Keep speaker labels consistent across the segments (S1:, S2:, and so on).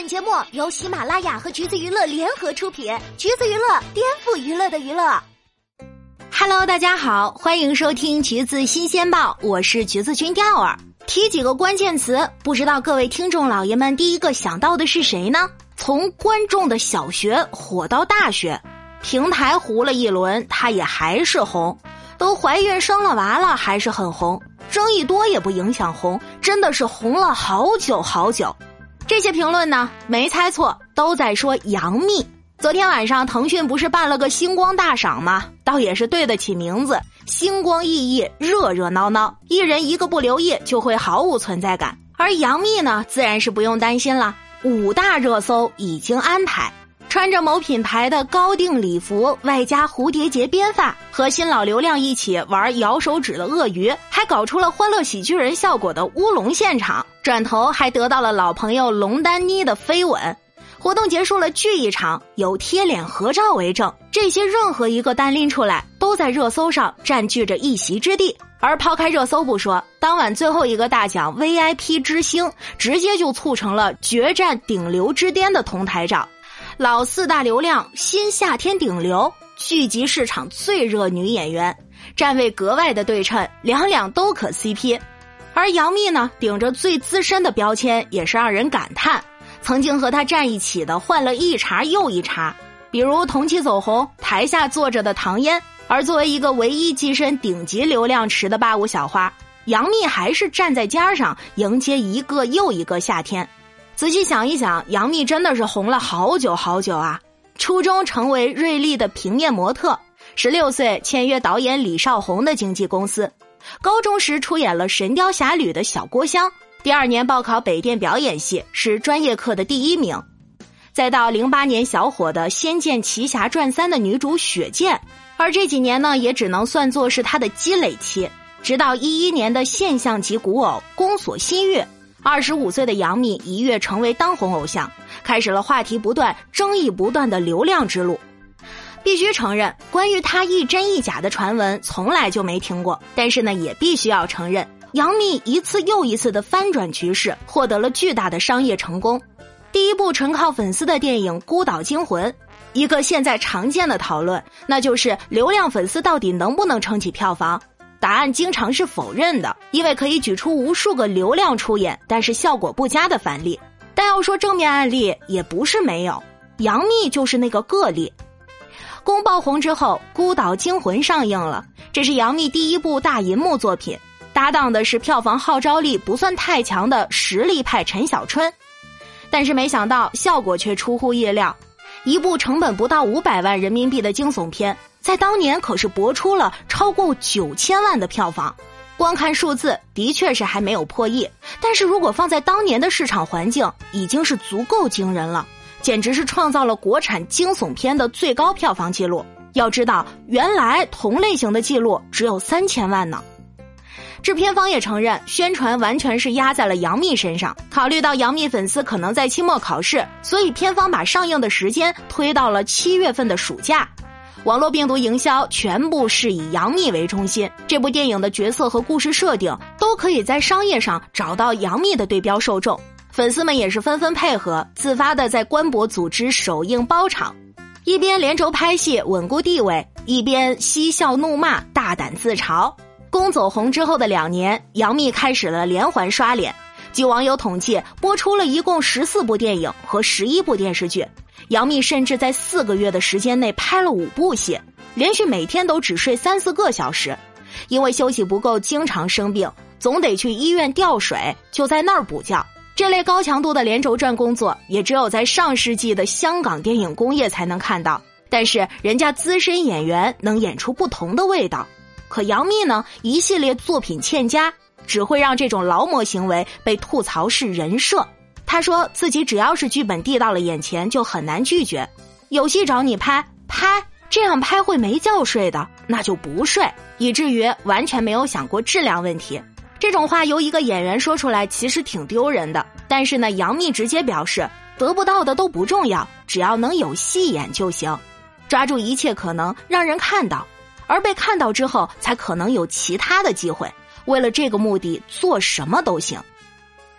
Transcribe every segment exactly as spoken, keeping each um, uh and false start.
S1: 本节目由喜马拉雅和橘子娱乐联合出品，橘子娱乐颠覆娱乐的娱乐。Hello， 大家好，欢迎收听橘子新鲜报，我是橘子君钓儿。提几个关键词，不知道各位听众老爷们第一个想到的是谁呢？从观众的小学火到大学，平台糊了一轮，他也还是红。都怀孕生了娃了，还是很红。争议多也不影响红，真的是红了好久好久。这些评论呢，没猜错，都在说杨幂。昨天晚上腾讯不是办了个星光大赏吗？倒也是对得起名字，星光熠熠，热热闹闹，一人一个不留意就会毫无存在感。而杨幂呢，自然是不用担心了，五大热搜已经安排。穿着某品牌的高定礼服，外加蝴蝶结编发，和新老流量一起玩摇手指的鳄鱼，还搞出了欢乐喜剧人效果的乌龙现场，转头还得到了老朋友龙丹妮的飞吻。活动结束了聚一场，有贴脸合照为证，这些任何一个单拎出来都在热搜上占据着一席之地。而抛开热搜不说，当晚最后一个大奖 V I P 之星直接就促成了决战顶流之巅的同台照。老四大流量，新夏天顶流，聚集市场最热女演员，站位格外的对称，两两都可 C P。 而杨幂呢，顶着最资深的标签，也是让人感叹，曾经和她站一起的换了一茬又一茬，比如同期走红台下坐着的唐嫣。而作为一个唯一跻身顶级流量池的八五小花，杨幂还是站在尖上迎接一个又一个夏天。仔细想一想，杨幂真的是红了好久好久啊！初中成为瑞丽的平面模特，十六岁签约导演李少红的经纪公司，高中时出演了《神雕侠侣》的小郭襄，第二年报考北电表演系，是专业课的第一名。再到零八年小火的《仙剑奇侠传三》的女主雪见，而这几年呢，也只能算作是她的积累期。直到一一年的现象级古偶《宫锁心玉》，二十五岁的杨幂一跃成为当红偶像，开始了话题不断、争议不断的流量之路。必须承认，关于她一真一假的传闻从来就没听过，但是呢，也必须要承认，杨幂一次又一次的翻转局势，获得了巨大的商业成功。第一部纯靠粉丝的电影《孤岛惊魂》，一个现在常见的讨论，那就是流量粉丝到底能不能撑起票房？答案经常是否认的，因为可以举出无数个流量出演但是效果不佳的反例。但要说正面案例，也不是没有，杨幂就是那个个例。宫爆红之后，《孤岛惊魂》上映了，这是杨幂第一部大银幕作品，搭档的是票房号召力不算太强的实力派陈小春。但是没想到效果却出乎意料，一部成本不到五百万人民币的惊悚片，在当年可是博出了超过九千万的票房。光看数字的确是还没有破亿，但是如果放在当年的市场环境，已经是足够惊人了，简直是创造了国产惊悚片的最高票房记录。要知道，原来同类型的记录只有三千万呢。制片方也承认，宣传完全是压在了杨幂身上。考虑到杨幂粉丝可能在期末考试，所以片方把上映的时间推到了七月份的暑假。网络病毒营销全部是以杨幂为中心，这部电影的角色和故事设定都可以在商业上找到杨幂的对标受众。粉丝们也是纷纷配合，自发的在官博组织首映包场，一边连轴拍戏稳固地位，一边嬉笑怒骂大胆自嘲。宫走红之后的两年，杨幂开始了连环刷脸。据网友统计，播出了一共十四部电影和十一部电视剧。杨幂甚至在四个月的时间内拍了五部戏，连续每天都只睡三四个小时。因为休息不够，经常生病，总得去医院吊水，就在那儿补觉。这类高强度的连轴转工作，也只有在上世纪的香港电影工业才能看到。但是人家资深演员能演出不同的味道。可杨幂呢，一系列作品欠佳，只会让这种劳模行为被吐槽是人设。她说自己只要是剧本递到了眼前就很难拒绝，有戏找你拍拍，这样拍会没觉睡的，那就不睡，以至于完全没有想过质量问题。这种话由一个演员说出来其实挺丢人的，但是呢，杨幂直接表示得不到的都不重要，只要能有戏演就行，抓住一切可能让人看到，而被看到之后才可能有其他的机会，为了这个目的做什么都行。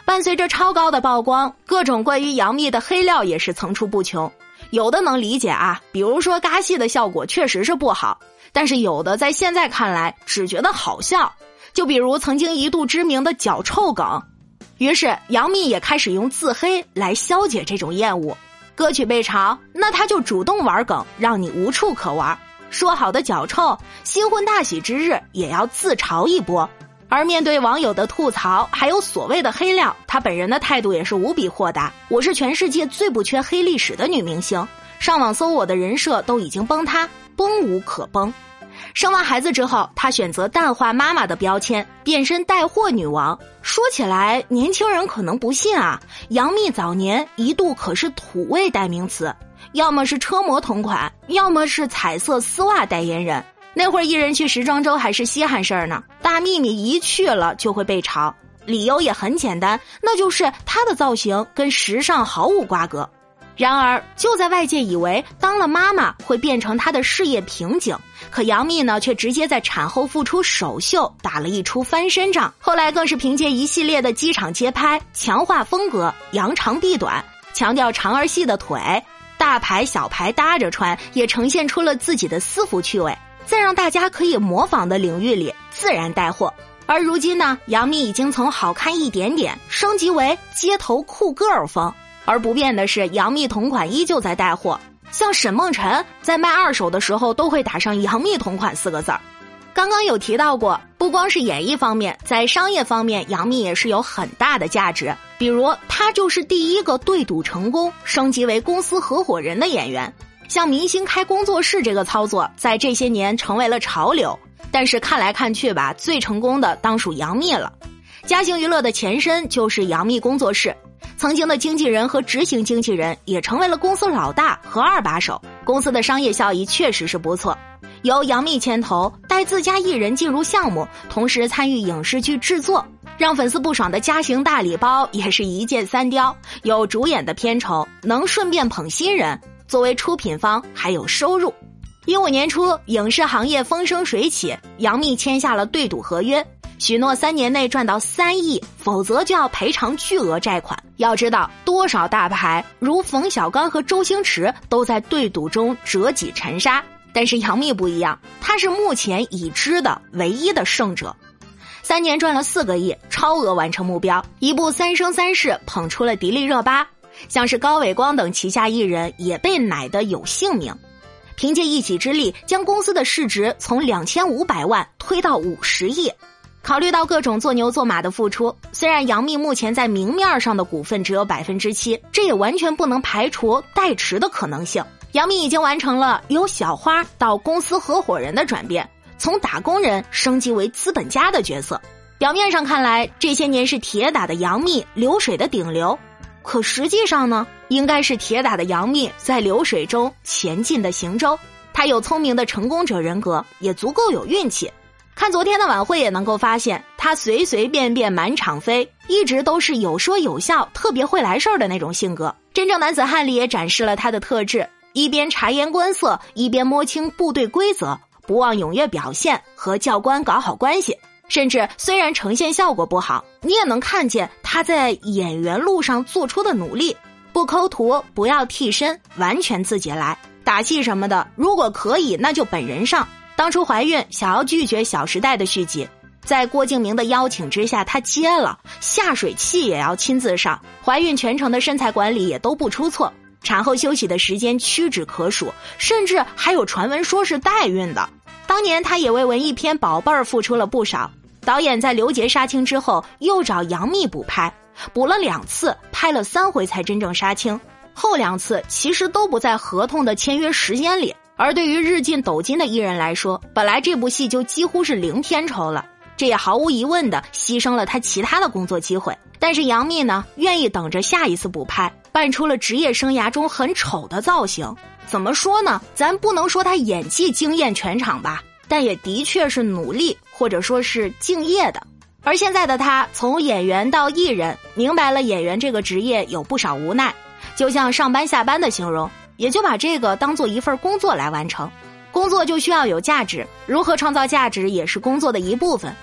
S1: 伴随着超高的曝光，各种关于杨幂的黑料也是层出不穷。有的能理解啊，比如说尬戏的效果确实是不好，但是有的在现在看来只觉得好笑，就比如曾经一度知名的脚臭梗。于是杨幂也开始用自黑来消解这种厌恶。歌曲被嘲，那她就主动玩梗，让你无处可玩。说好的脚臭，新婚大喜之日也要自嘲一波。而面对网友的吐槽，还有所谓的黑料，她本人的态度也是无比豁达。我是全世界最不缺黑历史的女明星，上网搜我的人设都已经崩塌，崩无可崩。生完孩子之后，她选择淡化妈妈的标签，变身带货女王。说起来，年轻人可能不信啊，杨幂早年一度可是土味代名词，要么是车模同款，要么是彩色丝袜代言人。那会儿艺人去时装周还是稀罕事儿呢，大幂幂一去了就会被嘲，理由也很简单，那就是她的造型跟时尚毫无瓜葛。然而就在外界以为当了妈妈会变成她的事业瓶颈，可杨幂呢却直接在产后复出首秀打了一出翻身仗，后来更是凭借一系列的机场街拍强化风格，扬长避短，强调长而细的腿，大牌小牌搭着穿，也呈现出了自己的私服趣味，在让大家可以模仿的领域里自然带货。而如今呢，杨幂已经从好看一点点升级为街头酷 girl 风，而不变的是杨幂同款依旧在带货，像沈梦辰在卖二手的时候都会打上杨幂同款四个字儿。刚刚有提到过，不光是演艺方面，在商业方面杨幂也是有很大的价值，比如她就是第一个对赌成功升级为公司合伙人的演员。像明星开工作室这个操作在这些年成为了潮流，但是看来看去吧，最成功的当属杨幂了。嘉行娱乐的前身就是杨幂工作室，曾经的经纪人和执行经纪人也成为了公司老大和二把手，公司的商业效益确实是不错。由杨幂牵头带自家艺人进入项目，同时参与影视剧制作，让粉丝不爽的嘉行大礼包也是一箭三雕，有主演的片酬，能顺便捧新人，作为出品方还有收入。一五年初，影视行业风生水起，杨幂签下了对赌合约，许诺三年内赚到三亿，否则就要赔偿巨额债款。要知道，多少大牌如冯小刚和周星驰都在对赌中折戟沉沙，但是杨幂不一样，她是目前已知的唯一的胜者。三年赚了四个亿，超额完成目标，一部《三生三世》捧出了迪丽热巴，像是高伟光等旗下艺人也被奶得有性命。凭借一己之力，将公司的市值从两千五百万推到五十亿。考虑到各种做牛做马的付出，虽然杨幂目前在明面上的股份只有百分之七，这也完全不能排除代持的可能性。杨幂已经完成了由小花到公司合伙人的转变，从打工人升级为资本家的角色。表面上看来，这些年是铁打的杨幂流水的顶流，可实际上呢，应该是铁打的杨幂在流水中前进的行舟。她有聪明的成功者人格，也足够有运气。看昨天的晚会也能够发现，她随随便便满场飞，一直都是有说有笑，特别会来事儿的那种性格。真正男子汉里也展示了她的特质，一边察言观色，一边摸清部队规则，不忘踊跃表现，和教官搞好关系。甚至虽然呈现效果不好，你也能看见他在演员路上做出的努力，不抠图，不要替身，完全自己来。打戏什么的，如果可以那就本人上。当初怀孕想要拒绝《小时代》的续集，在郭敬明的邀请之下他接了，下水器也要亲自上，怀孕全程的身材管理也都不出错，产后休息的时间屈指可数，甚至还有传闻说是代孕的。当年他也为文艺片《宝贝儿》付出了不少，导演在刘杰杀青之后又找杨幂补拍，补了两次，拍了三回才真正杀青，后两次其实都不在合同的签约时间里。而对于日进斗金的艺人来说，本来这部戏就几乎是零片酬了，这也毫无疑问的牺牲了他其他的工作机会。但是杨幂呢，愿意等着下一次补拍，扮出了职业生涯中很丑的造型。怎么说呢，咱不能说他演技惊艳全场吧，但也的确是努力或者说是敬业的。而现在的他从演员到艺人，明白了演员这个职业有不少无奈，就像上班下班的形容，也就把这个当做一份工作来完成。工作就需要有价值，如何创造价值也是工作的一部分。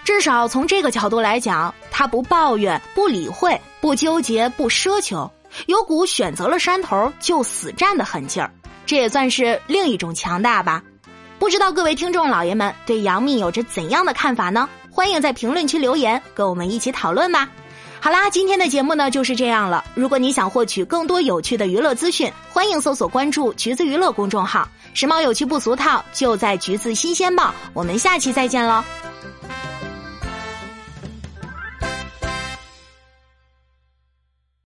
S1: 至少从这个角度来讲，他不抱怨，不理会，不纠结，不奢求，有股选择了山头就死战的狠劲儿，这也算是另一种强大吧。不知道各位听众老爷们对杨幂有着怎样的看法呢？欢迎在评论区留言，跟我们一起讨论吧。好啦，今天的节目呢就是这样了。如果你想获取更多有趣的娱乐资讯，欢迎搜索关注橘子娱乐公众号，时髦有趣不俗套，就在橘子新鲜报。我们下期再见喽。